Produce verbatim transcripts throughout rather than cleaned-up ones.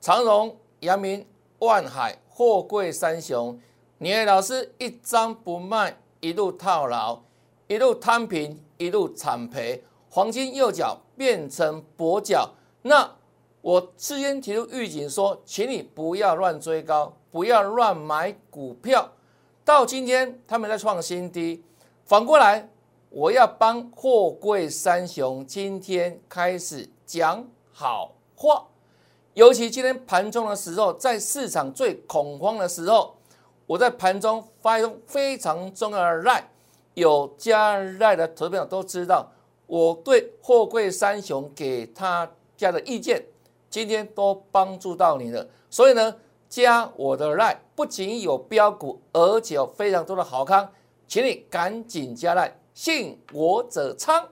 长荣、阳明、万海、货柜三雄，你的老师一张不卖，一路套牢，一路摊平，一路惨赔，黄金右脚变成跛脚。那我事先提出预警说，请你不要乱追高，不要乱买股票。到今天他们在创新低，反过来我要帮货柜三雄今天开始讲好话。尤其今天盘中的时候，在市场最恐慌的时候，我在盘中发送非常重要的 LINE， 有加 LINE 的投资朋友都知道，我对货柜三雄给他家的意见，今天都帮助到你了。所以呢，加我的 LINE 不仅有标股，而且有非常多的好康，请你赶紧加 LINE， 信我者昌。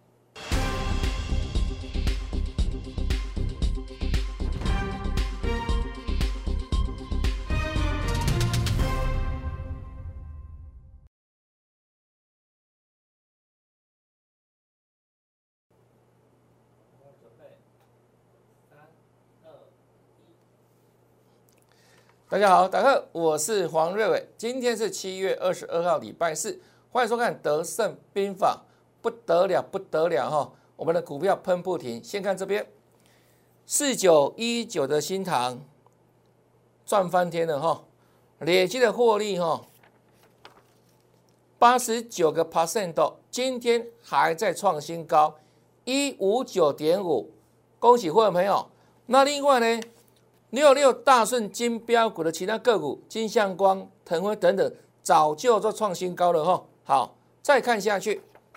大家好，大家好，我是黄瑞伟。今天是七月二十二号，礼拜四，欢迎收看《德胜兵法》，不得了，不得了哈！我们的股票喷不停。先看这边，四九一九的新唐赚翻天了哈，累积的获利哈，八十九个 percent， 今天还在创新高，一五九点五，恭喜会员朋友。那另外呢？六六大顺金标股的其他个股，金相光、腾辉等等，早就做创新高了哈。好，再看下去，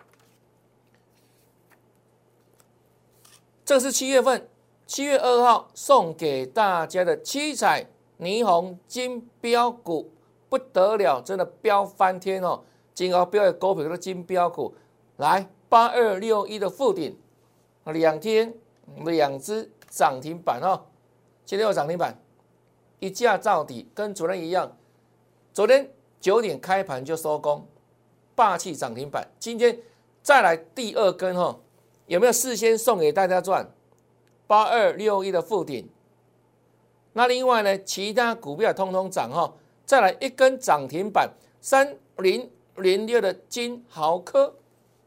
这是七月份，七月二号送给大家的七彩霓虹金标股，不得了，真的飙翻天哦！金鳌标的股票的金标股，来八二六一的附顶，两天两只涨停板哦。今天有涨停板，一价到底，跟昨天一样。昨天九点开盘就收工，霸气涨停板。今天再来第二根哈，有没有事先送给大家赚？八二六一的附顶。那另外呢，其他股票通通涨哈，再来一根涨停板，三零零六的金豪科，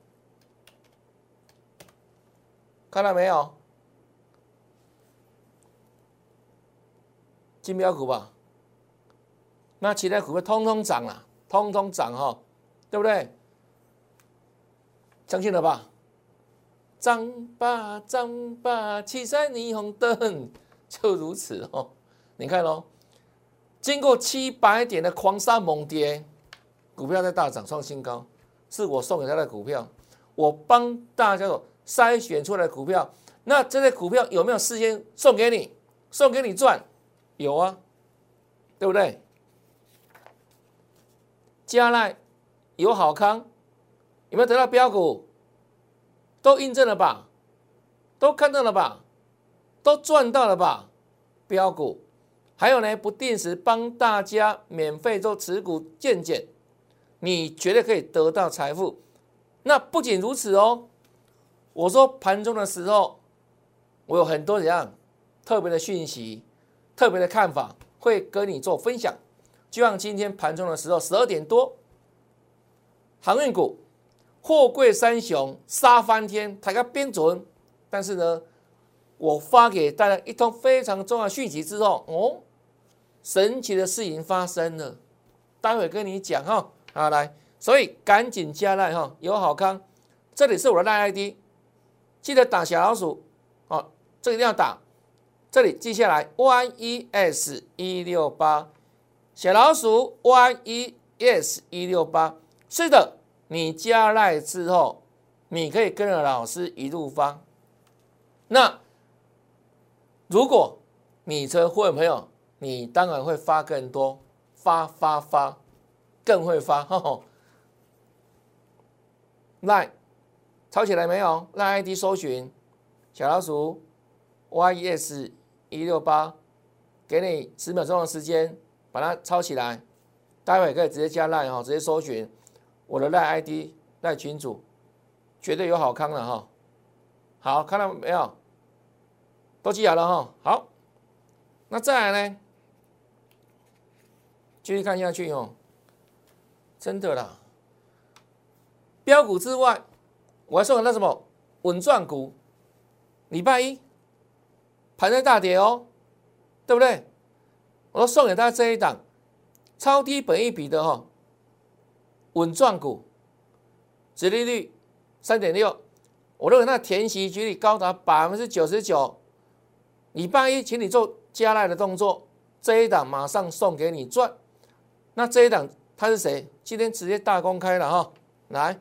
看到没有？金标股吧，那其他股票通通涨了，通通涨哈，对不对？相信了吧？涨吧涨吧，七彩霓虹灯，就如此哦。你看哦，经过七百点的狂杀猛跌，股票在大涨创新高，是我送给他的股票，我帮大家筛选出来的股票。那这些股票有没有事先送给你？送给你赚？有啊，对不对？加赖有好康，有没有得到标股？都印证了吧？都看到了吧？都赚到了吧？标股，还有呢，不定时帮大家免费做持股健检，你绝对可以得到财富。那不仅如此哦，我说盘中的时候，我有很多怎样特别的讯息。特别的看法会跟你做分享，就像今天盘中的时候，十二点多，航运股、货柜三雄杀翻天，抬个边准。但是呢，我发给大家一通非常重要的讯息之后，哦，神奇的事情发生了，待会跟你讲哈。好，来，所以赶紧加赖哈，有好康。这里是我的赖 I D， 记得打小老鼠哦，这个一定要打。这里记下来 Y E S 一六八， 小老鼠 Y E S 一六八。是的，你加赖之后，你可以跟着老师一路发。那如果你成为会员朋友，你当然会发更多，发发发，更会发。赖抄起来没有？赖 I D 搜寻小老鼠 Y E S 一六八，给你十秒钟的时间把它抄起来，待会可以直接加 LINE 哈，直接搜寻我的 LINE I D 赖群组，绝对有好康了哈。好，看到没有？都记好了哈。好， 那再来呢？继续看下去哦，真的啦。标股之外，我还送给那什么稳赚股。礼拜一盘在大跌哦，对不对？我都送给大家这一档超低本益比的哈、哦、稳赚股，殖利率 三点六， 我认为那填息几率高达 百分之九十九。礼拜一请你做加赖的动作，这一档马上送给你赚。那这一档他是谁？今天直接大公开了哈，来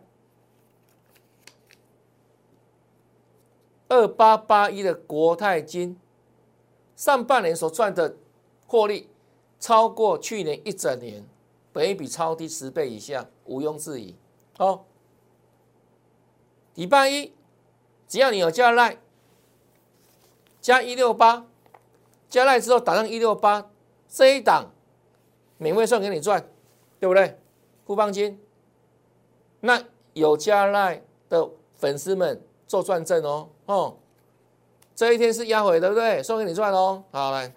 二八八一的国泰金，上半年所赚的获利超过去年一整年，本益比超低十倍以下，毋庸置疑。哦，礼拜一只要你有加赖，加一六八，加赖之后打上一六八，这一档免费送给你赚，对不对？富邦金，那有加赖的粉丝们做转正哦，哦，这一天是压回，对不对？送给你赚哦。好，来，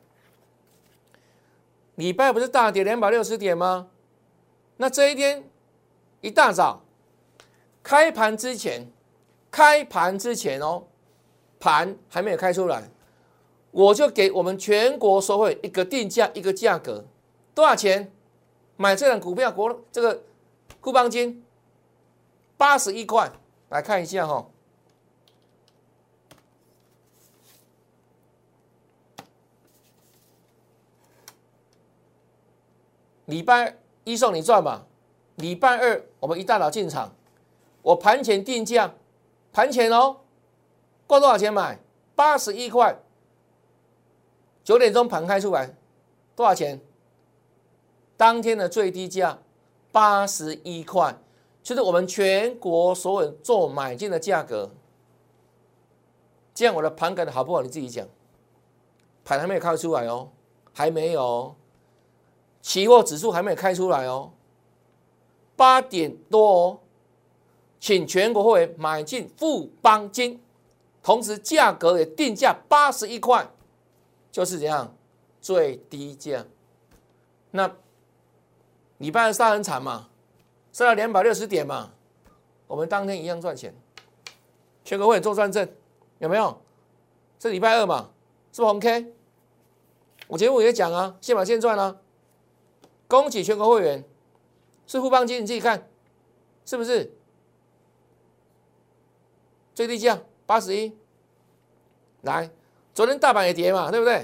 礼拜不是大跌两百六十点吗？那这一天一大早开盘之前，开盘之前哦，盘还没有开出来，我就给我们全国所有一个定价，一个价格，多少钱？买这档股票，国这个富邦金八十一块，来看一下哈、哦。礼拜一送你赚嘛，礼拜二我们一大早进场，我盘前定价，盘前哦，过多少钱买？八十一块，九点钟盘开出来，多少钱？当天的最低价八十一块，就是我们全国所有做买进的价格。这样我的盘改的好不好？你自己讲。盘还没有开出来哦，还没有。期货指数还没有开出来哦，八点多哦，请全国会员买进富邦金，同时价格也定价八十一块，就是这样最低价。那礼拜二杀很惨嘛，杀了两百六十点嘛，我们当天一样赚钱，全国会员做转正，有没有？这礼拜二嘛，是不是红 K？ 我节目也讲啊，现买现赚啊。恭喜全国会员，是富邦金，你自己看，是不是？最低价八十一，来，昨天大盘也跌嘛，对不对？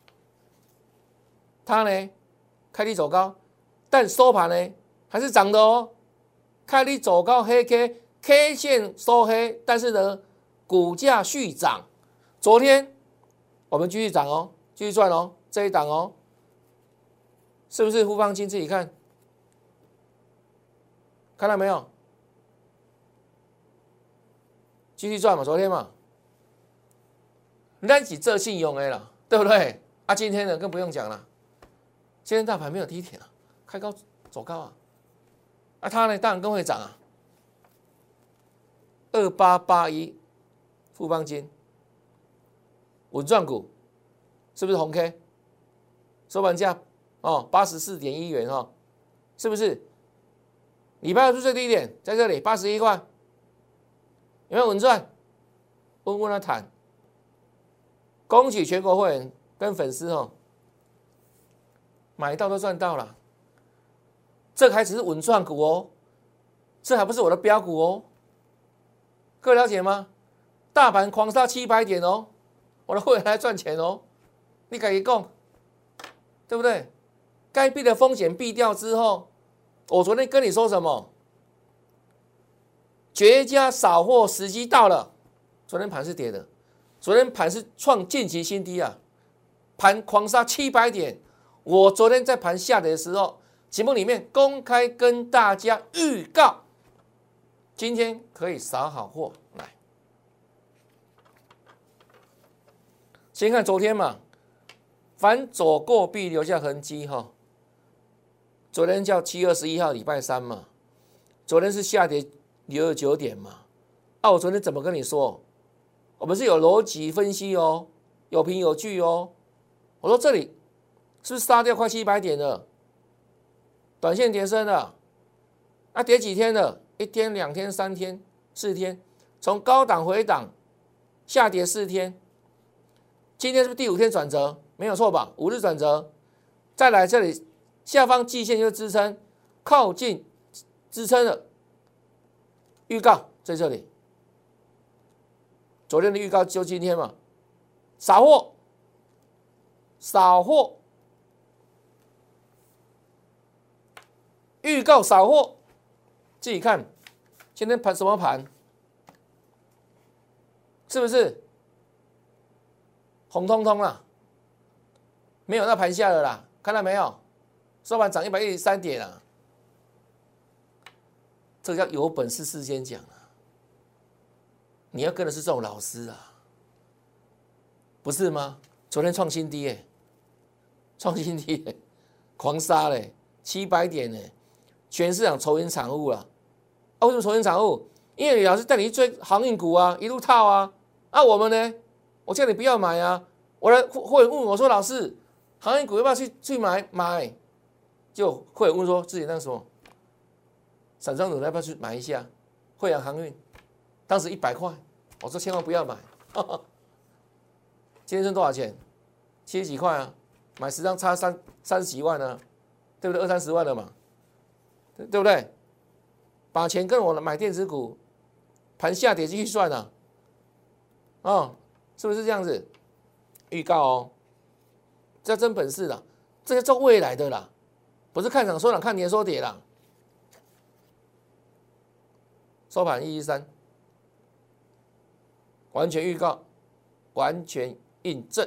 它呢，开低走高，但收盘呢还是涨的哦，开低走高，黑 K，K 线收黑，但是呢，股价续涨。昨天我们继续涨哦，继续赚哦，这一档哦。是不是富邦金？自己看，看到没有？继续赚嘛，昨天嘛，咱是做信用的啦，对不对？啊，今天呢更不用讲了，今天大盘没有低点啊，开高走高啊，啊，它呢当然更会涨啊。二八八一富邦金稳赚股，是不是红 K？ 收盘价。哦，八十四点一元哈、哦，是不是？礼拜二是最低点，在这里八十一块，有没有稳赚？温温的谈。恭喜全国会员跟粉丝哦，买到都赚到了。这还只是稳赚股哦，这还不是我的标股哦。各位了解吗？大盘狂杀七百点哦，我的会员还赚钱哦，你敢一讲，对不对？该避的风险避掉之后，我昨天跟你说什么？绝佳扫货时机到了。昨天盘是跌的，昨天盘是创近期新低啊，盘狂杀七百点。我昨天在盘下跌的时候，节目里面公开跟大家预告，今天可以扫好货来。先看昨天嘛，凡走过必留下痕迹哈。昨天叫七月二十一号礼拜三嘛，昨天是下跌六十九点嘛。啊，我昨天怎么跟你说？我们是有逻辑分析哦，有凭有据哦。我说这里是不是杀掉快七百点了？短线跌升了，啊，跌几天了？一天、两天、三天、四天，从高档回档，下跌四天。今天是不是第五天转折？没有错吧？五日转折，再来这里下方季线就是支撑，靠近支撑了。预告在这里，昨天的预告就今天嘛，扫货，扫货。预告扫货，自己看，今天盘什么盘？是不是红彤彤啦？没有那盘下了啦，看到没有？收盘涨一百一十三点啊，这个叫有本事事先讲啊！你要跟的是这种老师啊，不是吗？昨天创新低哎，创新低哎，狂杀嘞，七百点哎。全市场筹钱产物了，啊，为什么筹钱产物？因为李老师带你去追航运股啊，一路套啊，啊，我们呢，我叫你不要买啊，我的会员问我说，老师，航运股要不要去去买买？就会员问说，之前那个什么，散装股要不要去买一下？惠阳航运，当时一百块，我说千万不要买，呵呵今天剩多少钱？七十几块啊，买十张差三三十几万啊，对不对？二三十万了嘛。对不对？把钱跟我买电子股，盘下跌继续算啊，哦，是不是这样子？预告哦，这真本事啦，这是做未来的啦，不是看涨说涨，看跌说跌啦。收盘一一三，完全预告，完全印证，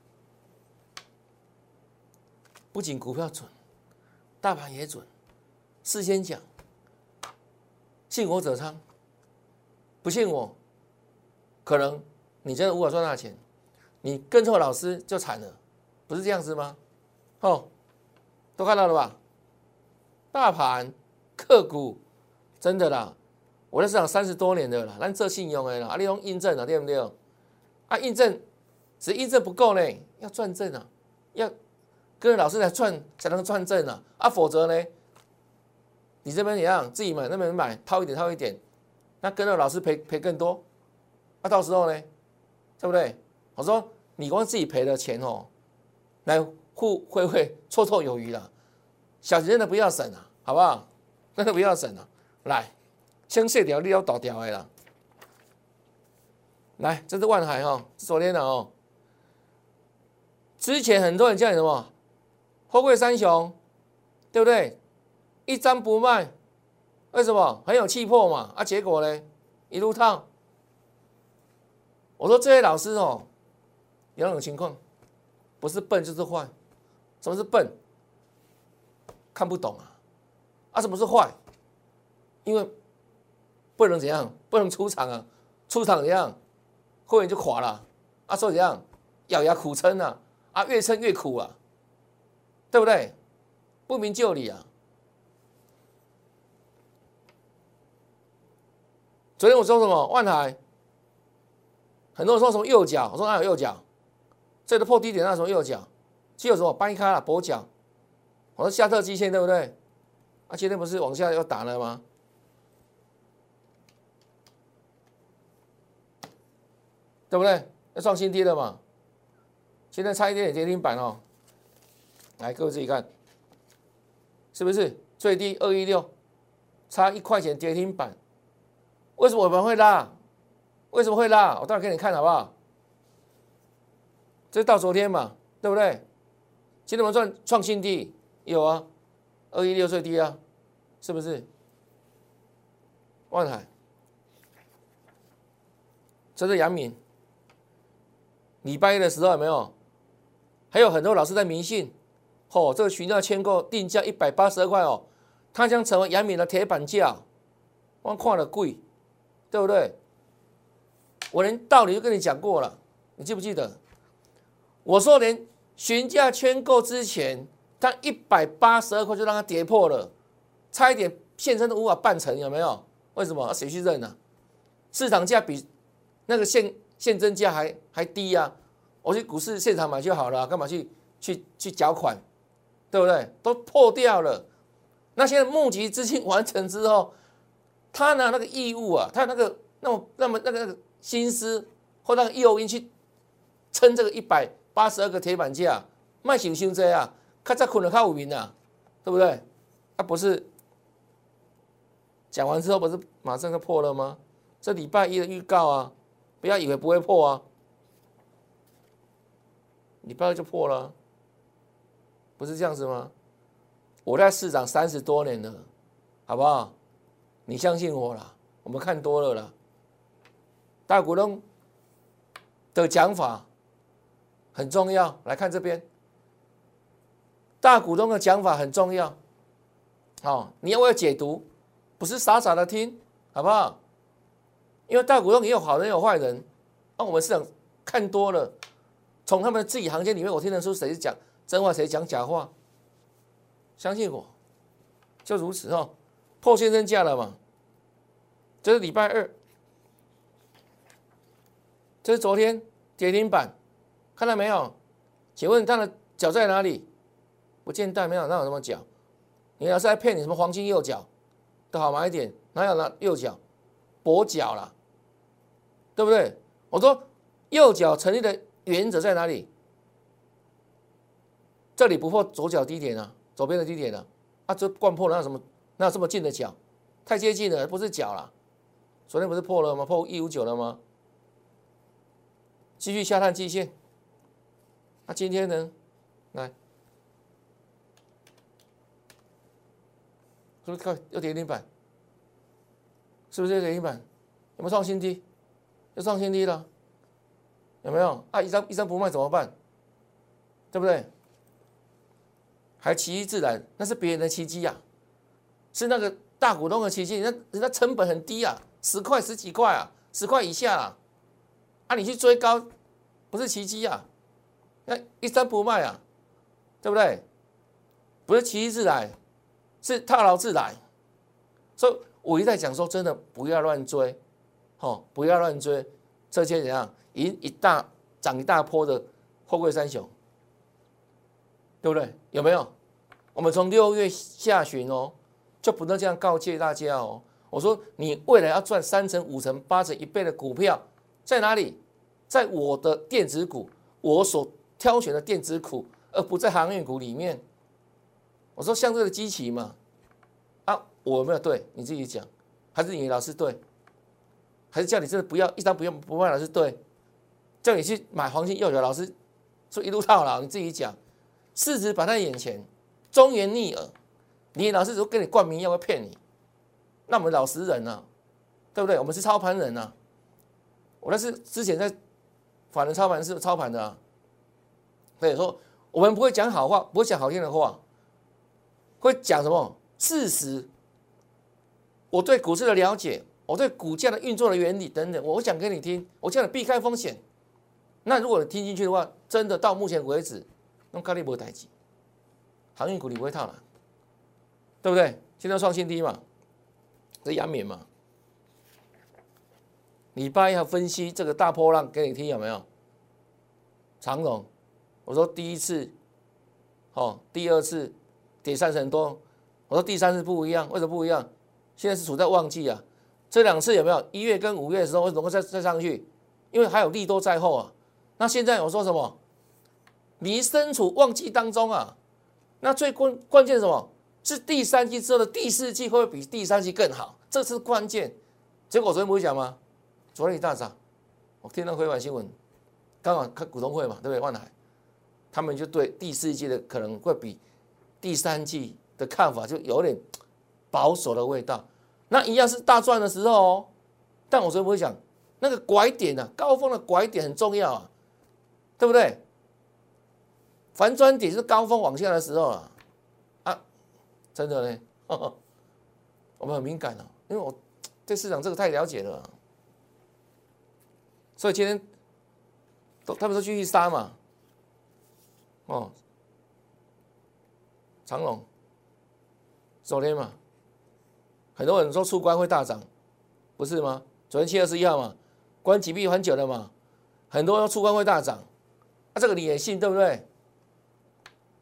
不仅股票准，大盘也准。事先讲，信我者昌，不信我，可能你真的无法赚大钱，你跟错老师就惨了，不是这样子吗？哦，都看到了吧？大盘、个股，真的啦，我在市场三十多年的啦，咱做信用的啦，啊，你用印证啊，对不对？啊，印证只印证不够呢，要赚证啊，要跟着老师来赚才能赚证啊，啊，否则呢？你这边一样，自己买那边买，套一点套一点，那跟着老师赔赔更多，那、啊、到时候呢，对不对？我说你光自己赔的钱哦，来互会会绰绰有余啦，小钱真的不要省啊，好不好？真的不要省啊，来，先卸掉，你要倒掉的啦，来，这是万海哈，昨天的哦，之前很多人叫你什么，货柜三雄，对不对？一张不卖，为什么？很有气魄嘛！啊，结果呢，一路套。我说这些老师哦，有两种情况，不是笨就是坏。什么是笨？看不懂啊！啊，什么是坏？因为不能怎样，不能出场啊！出场怎样，会员就垮了。啊，所以怎样，咬牙苦撑啊！啊，越撑越苦啊，对不对？不明就里啊！昨天我说什么？万海，很多人说什么右脚，我说哪有右脚？这个破低点那什么右脚？只有什么掰开了跛脚？我说下特基线对不对？啊，今天不是往下要打了吗？对不对？要创新低了嘛？现在差一点点跌停板哦。来，各位自己看，是不是最低二一六，差一块钱跌停板？为什么我们会拉？为什么会拉？我待会给你看好不好？这是到昨天嘛，对不对？今天我们创创新低，有啊，二一六最低啊，是不是？万海，这是阳明。礼拜一的时候有没有？还有很多老师在迷信，哦，这个群要签购定价一百八十二块哦，它将成为阳明的铁板价，我看了贵。对不对？我连道理都跟你讲过了，你记不记得？我说连询价圈购之前，它一百八十二块就让它跌破了，差一点现身都无法办成，有没有？为什么？谁去认啊？市场价比那个现现增价还还低啊！我去股市现场买就好了，干嘛去去去缴款，对不对？都破掉了。那现在募集资金完成之后，他拿那个义务啊，他那个那么那么那个那个心思或那个诱因去撑这个一百八十二个铁板价，卖想伤这啊，较早困得较有名啊，对不对？啊，不是讲完之后不是马上就破了吗？这礼拜一的预告啊，不要以为不会破啊，礼拜二就破了啊，不是这样子吗？我在市场三十多年了，好不好？你相信我啦，我们看多了啦。大股东的讲法很重要，来看这边，大股东的讲法很重要。哦，你要我要解读，不是傻傻的听，好不好？因为大股东也有好人也有坏人，那、啊、我们市场看多了，从他们自己行情里面，我听得出谁讲真话，谁讲假话。相信我，就如此哦。破先生价了嘛？这是礼拜二，这是昨天跌停板，看到没有？请问它的脚在哪里？不见带没有？那有什么脚？你要是在骗你什么黄金右脚的好买点？哪有那右脚？跛脚啦，对不对？我说右脚成立的原则在哪里？这里不破左脚低点啊。左边的低点了，啊，这灌破了，那有什么？那有这么近的脚？太接近了，不是脚了。昨天不是破了吗？破一五九了吗？继续下探季线。那、啊、今天呢？来，是不是看又跌停板？是不是又跌停板？有没有创新低？又创新低了，有没有？啊，一张一张不卖怎么办？对不对？还奇迹自然，那是别人的奇迹啊，是那个大股东的奇迹。人家人家成本很低啊，十块十几块啊，十块以下啊，啊你去追高，不是奇迹啊，那一张不卖啊，对不对？不是奇迹自来，是套牢自来。所以我一再讲说，真的不要乱追，哦，不要乱追这些怎样，一一大涨一大波的货柜三雄。对不对？有没有？我们从六月下旬哦，就不能这样告诫大家哦。我说你未来要赚三成、五成、八成、一倍的股票在哪里？在我的电子股，我所挑选的电子股，而不在航运股里面。我说像这个基期嘛，啊，我有没有对？你自己讲，还是你老师对？还是叫你真的不要一张不用不卖，老师对？叫你去买黄金右脚，老师说一路套牢，你自己讲。市值摆在眼前，忠言逆耳，你老师都跟你灌迷药会骗你，那我们老实人啊，对不对？我们是操盘人啊，我那是之前在法人操盘是操盘的啊，所以说我们不会讲好话，不会讲好听的话，会讲什么事实？我对股市的了解，我对股价的运作的原理等等，我会讲给你听，我叫你避开风险。那如果你听进去的话，真的到目前为止。弄概率没代志，航运股你不会套了，对不对？现在创新低嘛，这阳明嘛。礼拜一要分析这个大波浪给你听有没有？长荣，我说第一次，哦，第二次跌三成多，我说第三次不一样，为什么不一样？现在是处在旺季啊，这两次有没有？一月跟五月的时候为什么会再再上去？因为还有利多在后啊。那现在我说什么？你身处旺季当中啊，那最关关键是什么？是第三季之后的第四季会不会比第三季更好？这是关键。结果昨天不是讲吗？昨天一大早，我听到汇管新闻，刚好看股东会嘛，对不对？万海他们就对第四季的可能会比第三季的看法就有点保守的味道。那一样是大赚的时候哦，但我昨天不会讲那个拐点啊，高峰的拐点很重要啊，对不对？反转点是高峰往下的时候啊，啊，真的呢，呵呵我们很敏感啊，因为我对市场这个太了解了、啊，所以今天都他们都继续杀嘛，哦，长荣，昨天嘛，很多人说出关会大涨，不是吗？昨天七月二十一号嘛，关紧闭很久了嘛，很多人说出关会大涨，啊，这个你也信对不对？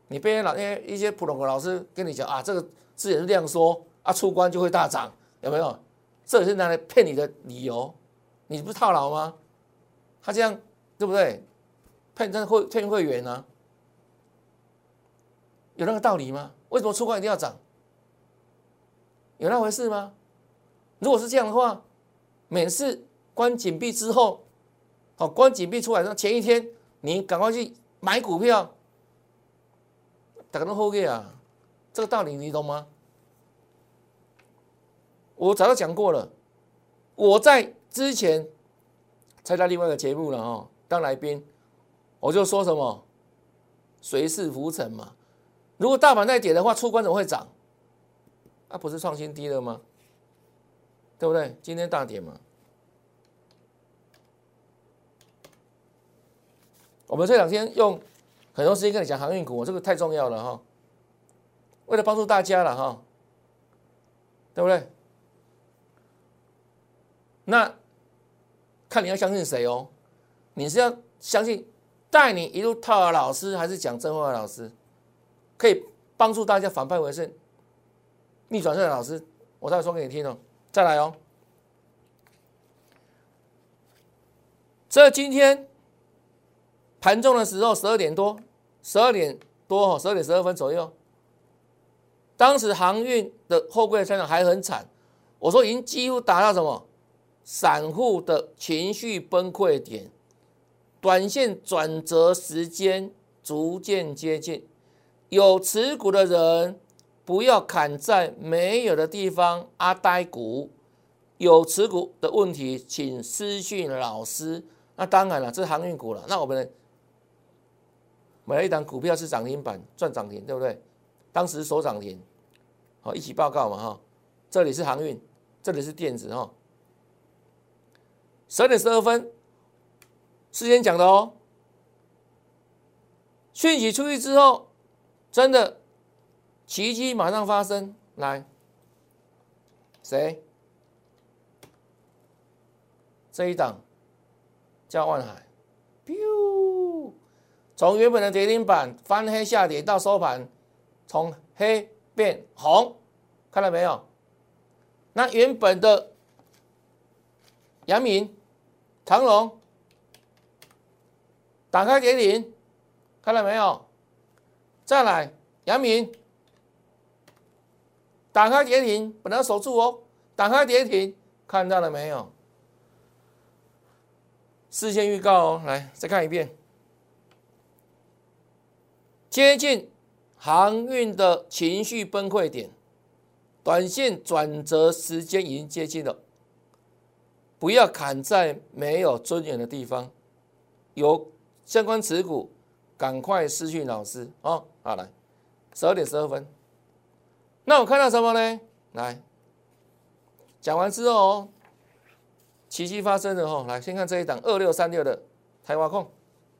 你被老因为一些普通的老师跟你讲啊，这个之前是量缩啊，出关就会大涨，有没有？这也是拿来骗你的理由，你不是套牢吗？他这样对不对？骗真会骗会员啊，有那个道理吗？为什么出关一定要涨？有那回事吗？如果是这样的话，每次关紧闭之后，好，关紧闭出来的前一天，你赶快去买股票，大家都后悔啊，这个道理你懂吗？我早就讲过了，我在之前参加另外一个节目了哦，当来宾，我就说什么随势浮沉嘛。如果大盘再跌的话，出关怎么会涨？啊，不是创新低了吗？对不对？今天大跌嘛。我们这两天用很多时间跟你讲航运股，这个太重要了哈。为了帮助大家了哈，对不对？那看你要相信谁哦？你是要相信带你一路套的老师，还是讲真话的老师？可以帮助大家反败为胜、逆转胜的老师，我再说给你听哦。再来哦，这今天盘中的时候，十二点多，十二点多哦，十二点十二分左右，当时航运的货柜三雄还很惨，我说已经几乎达到什么？散户的情绪崩溃点，短线转折时间逐渐接近，有持股的人不要砍在没有的地方阿呆股，有持股的问题请私讯老师。那当然了，这是航运股了。那我们买了一档股票是涨停板赚涨停，对不对？当时首涨停，好，一起报告嘛哈。这里是航运，这里是电子哈。十二点十二分，事先讲的哦。讯息出去之后，真的奇迹马上发生。来，谁？这一档叫万海，从原本的跌停板翻黑下跌到收盘，从黑变红，看到没有？那原本的阳明、长荣打开跌停，看到没有？再来阳明打开跌停，本来要守住哦，打开跌停，看到了没有？事先预告哦，来再看一遍，接近航运的情绪崩溃点，短线转折时间已经接近了。不要砍在没有尊严的地方，有相关持股，赶快私讯老师哦。好，来，十二点十二分，那我看到什么呢？来，讲完之后哦，奇迹发生了哦。来，先看这一档二六三六的台华控，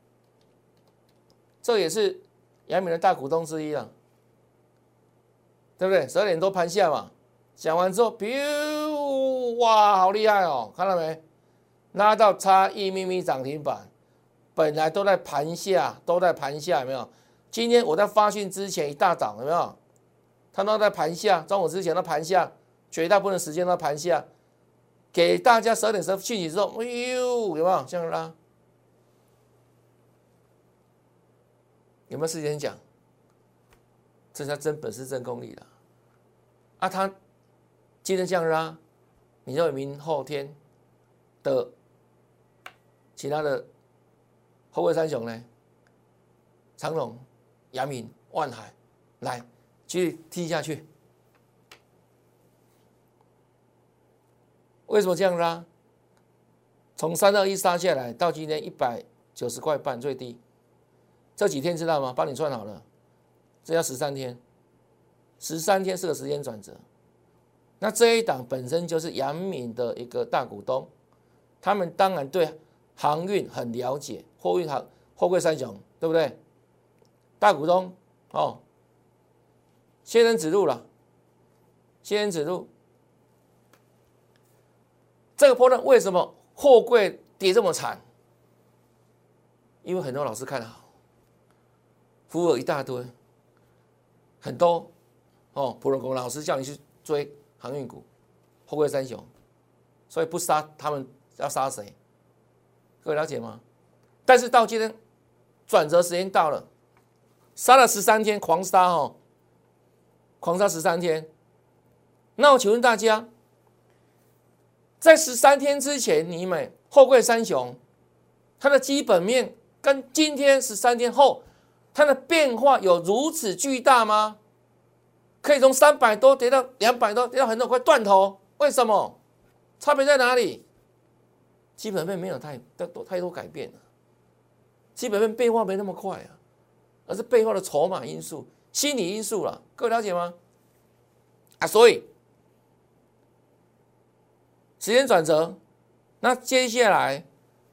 这也是阳明的大股东之一了，对不对？十二点多盘下嘛，讲完之后，biu，哇，好厉害哦！看到没？拉到差一咪咪涨停板，本来都在盘下，都在盘下，有没有？今天我在发讯之前一大早，有没有？它都在盘下，中午之前都盘下，绝大部分时间都在盘下。给大家十二点十讯息之后，哎呦，有没有这样拉？有没有事先讲？这才真本事、真功力了。啊，他今天这样拉，你认为明后天的其他的后卫三雄呢？长荣、阳明、万海，来继续踢下去。为什么这样拉？从三二一杀下来，到今天一百九十块半最低，这几天知道吗？帮你算好了，这要十三天，十三天是个时间转折。那这一档本身就是阳明的一个大股东，他们当然对航运很了解，货运航货柜三雄，对不对？大股东哦，仙人指路了，仙人指路。这个波段为什么货柜跌这么惨？因为很多老师看好，浮额一大堆， 很多哦，普通股老师叫你去追航运股、货柜三雄，所以不杀他们要杀谁？各位了解吗？但是到今天转折时间到了，杀了十三天，狂杀哦，狂杀十三天。那我请问大家，在十三天之前，你们货柜三雄它的基本面跟今天十三天后它的变化有如此巨大吗？可以从三百多跌到两百多，跌到很多快断头，为什么？差别在哪里？基本面没有太多太多改变了，基本面变化没那么快啊，而是背后的筹码因素、心理因素了，各位了解吗？啊，所以时间转折，那接下来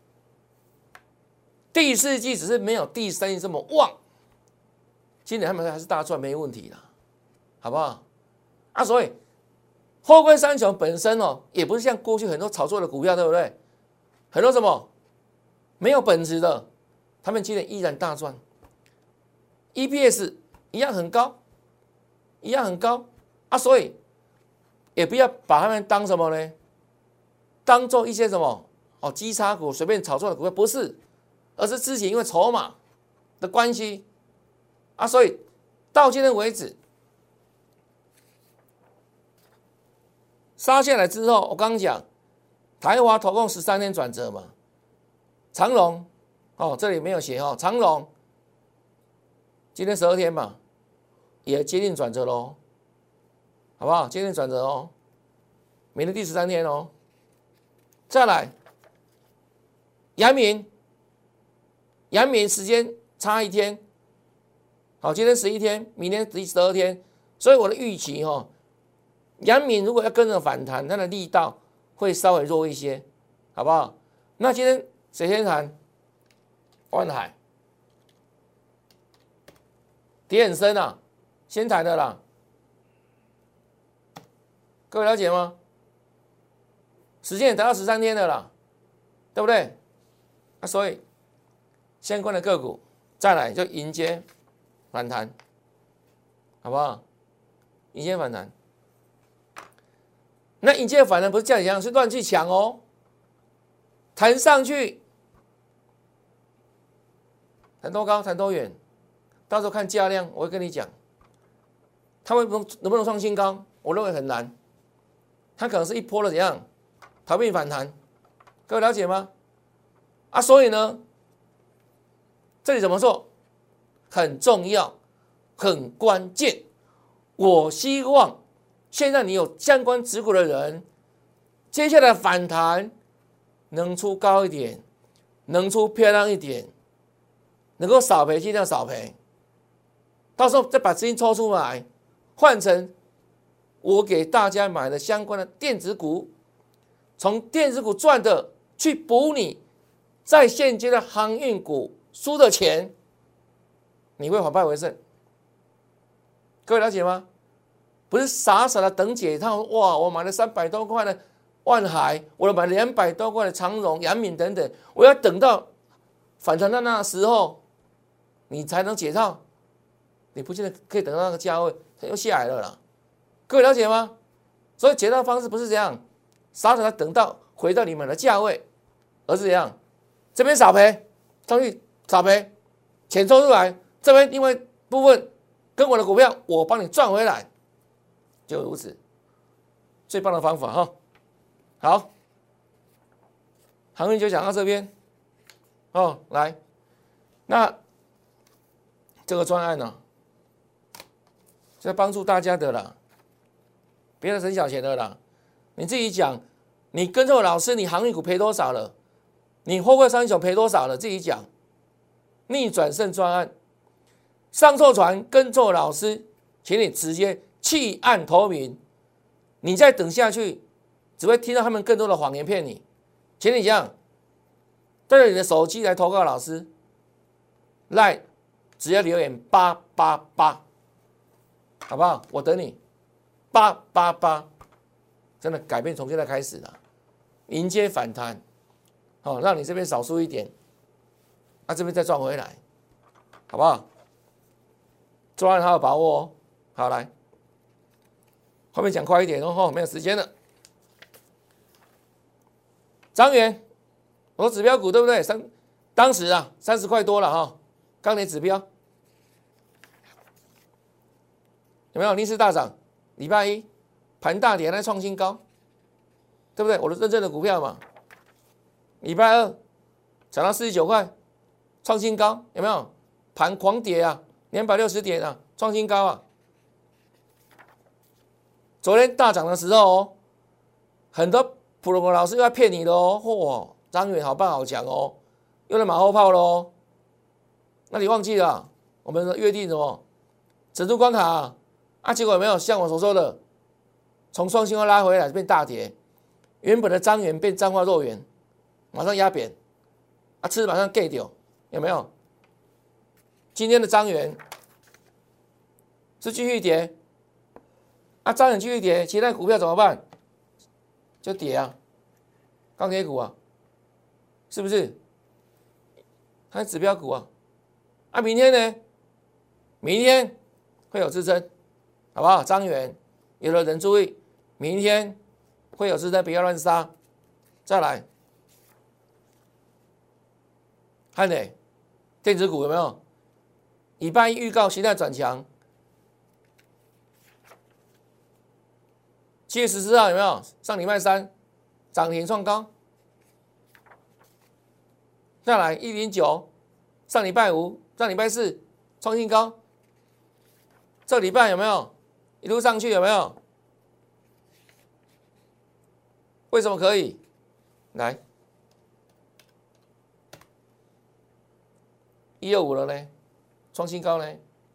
第四季只是没有第三季这么旺，今年他们还是大赚没问题啦，好不好？啊，所以货柜三雄本身哦，也不是像过去很多炒作的股票，对不对？很多什么没有本质的，他们今年依然大赚 ，E P S 一样很高，一样很高啊，所以也不要把他们当什么呢？当做一些什么哦基差股随便炒作的股票，不是，而是之前因为筹码的关系啊，所以到今天为止杀下来之后，我刚刚讲台华投控十三天转折嘛，长荣哦这里没有写哦，长荣今天十二天嘛，也接近转折喽，好不好？接近转折哦，明天第十三天哦。再来，阳明，阳明时间差一天，好，今天十一天，明天第十二天，所以我的预期哈、哦，阳明如果要跟着反弹，它的力道会稍微弱一些，好不好？那今天谁先谈？万海，跌很深啊，先谈的啦，各位了解吗？时间也达到十三天了啦，对不对？啊，所以相关的个股再来就迎接反弹，好不好？迎接反弹，那迎接反弹不是叫你这样，是乱去抢哦。弹上去，弹多高，弹多远，到时候看价量，我会跟你讲，它会能能不能创新高？我认为很难，它可能是一波的怎样？逃避反弹，各位了解吗？啊，所以呢，这里怎么做？很重要，很关键。我希望现在你有相关持股的人，接下来反弹能出高一点，能出漂亮一点，能够少赔尽量少赔，到时候再把资金抽出来，换成我给大家买的相关的电子股。从电子股赚的去补你在现阶段航运股输的钱，你会反败为胜。各位了解吗？不是傻傻的等解套，哇！我买了三百多块的万海，我买了两百多块的长荣、阳明等等，我要等到反弹到那时候，你才能解套。你不见得可以等到那个价位，它又下来了啦。各位了解吗？所以解套方式不是这样。傻傻的等到回到你们的价位，而是怎样？这边少赔，上去少赔，钱抽出来，这边另外部分跟我的股票，我帮你赚回来，就如此，最棒的方法哈。好，航运就讲到这边，哦，来，那这个专案呢、啊，是帮助大家的啦，别的省小钱的啦。你自己讲，你跟错老师，你航运股赔多少了？你货柜三雄赔多少了？自己讲。逆转胜专案，上错船跟错老师，请你直接弃暗投明。你再等下去，只会听到他们更多的谎言骗你。请你讲，带着你的手机来投稿老师，赖只要留言八八八，好不好？我等你八八八。真的改变从现在开始了，迎接反弹，好、哦，让你这边少输一点，那、啊、这边再赚回来，好不好？专案好好把握哦。 好，来，后面讲快一点哦，没有时间了。彰源，我说指标股对不对？三当时啊，三十块多了哈，钢铁指标有没有逆势大涨？礼拜一盘大跌，还创新高，对不对？我的认证的股票嘛。礼拜二涨到四十九块，创新高，有没有？盘狂跌啊，两百六十点啊，创新高啊。昨天大涨的时候哦，很多普罗老师又在骗你的哦，嚯，彰源好棒好强哦，又在马后炮喽。那你忘记了我们的约定什么？整数关卡啊，啊结果有没有像我所说的，从双星化拉回来变大跌，原本的彰源变彰化肉圆，马上压扁，啊吃马上 get 掉，有没有？今天的彰源是继续跌。啊，彰源继续跌，其他股票怎么办？就跌啊，钢铁股啊，是不是？还有指标股啊，啊，明天呢？明天会有支撑，好不好？彰源，有的人注意，明天会有支撑，不要乱杀。再来，汉磊电子股有没有？礼拜一预告形态转强。七月十四号有没有？上礼拜三涨停创高，再来一零九，上礼拜五、上礼拜四创新高，这礼拜有没有一路上去？有没有？为什么可以？来，一二五了呢，创新高呢？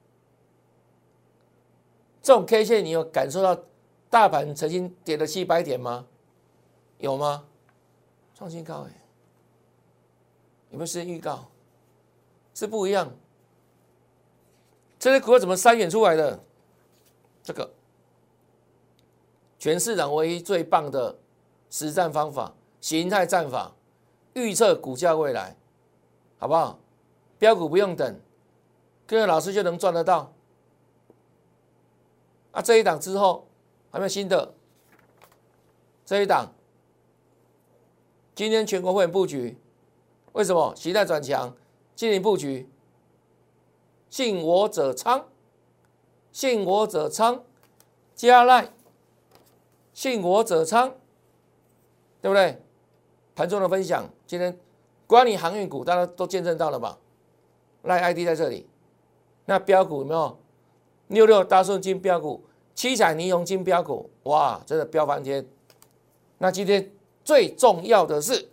这种 K 线你有感受到？大盘曾经跌了七百点吗？有吗？创新高哎，有没有是预告？是不一样。这些股票怎么筛选出来的？这个全市场唯一最棒的实战方法，形态战法，预测股价未来，好不好？标股不用等，跟着老师就能赚得到。啊，这一档之后。还没有新的这一档，今天全国会员布局，为什么？期待转强，今年布局，信我者昌，信我者昌，加赖，信我者昌，对不对？盘中的分享，今天关于航运股，大家都见证到了吧？赖 I D 在这里，那标股有没有？六六大顺金标股。七彩霓虹金标股，哇，真的飙翻天！那今天最重要的是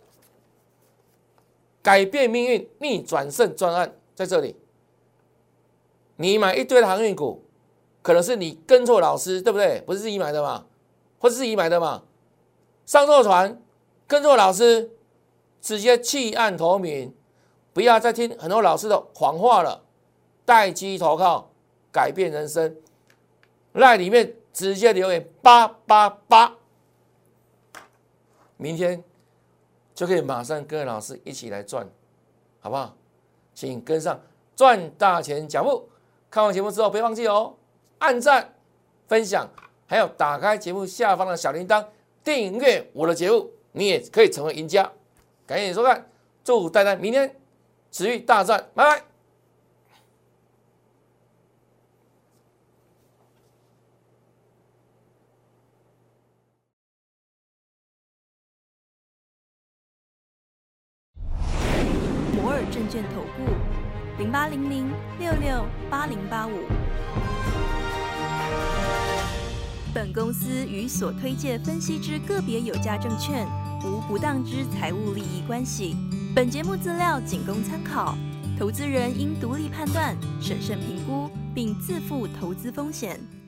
改变命运逆转胜专案在这里。你买一堆的航运股，可能是你跟错老师，对不对？不是自己买的嘛，或是自己买的嘛？上错船，跟错老师，直接弃暗投明，不要再听很多老师的谎话了，待机投靠，改变人生。赖里面直接留言八八八，明天就可以马上跟着老师一起来赚，好不好？请跟上赚大钱脚步。看完节目之后，别忘记哦，按赞、分享，还有打开节目下方的小铃铛，订阅我的节目，你也可以成为赢家。感谢你收看，祝大家明天持续大赚，拜拜。 证券投顾零八零零六六八零八五。本公司与所推介分析之个别有价证券无不当之财务利益关系。本节目资料仅供参考，投资人应独立判断、审慎评估，并自负投资风险。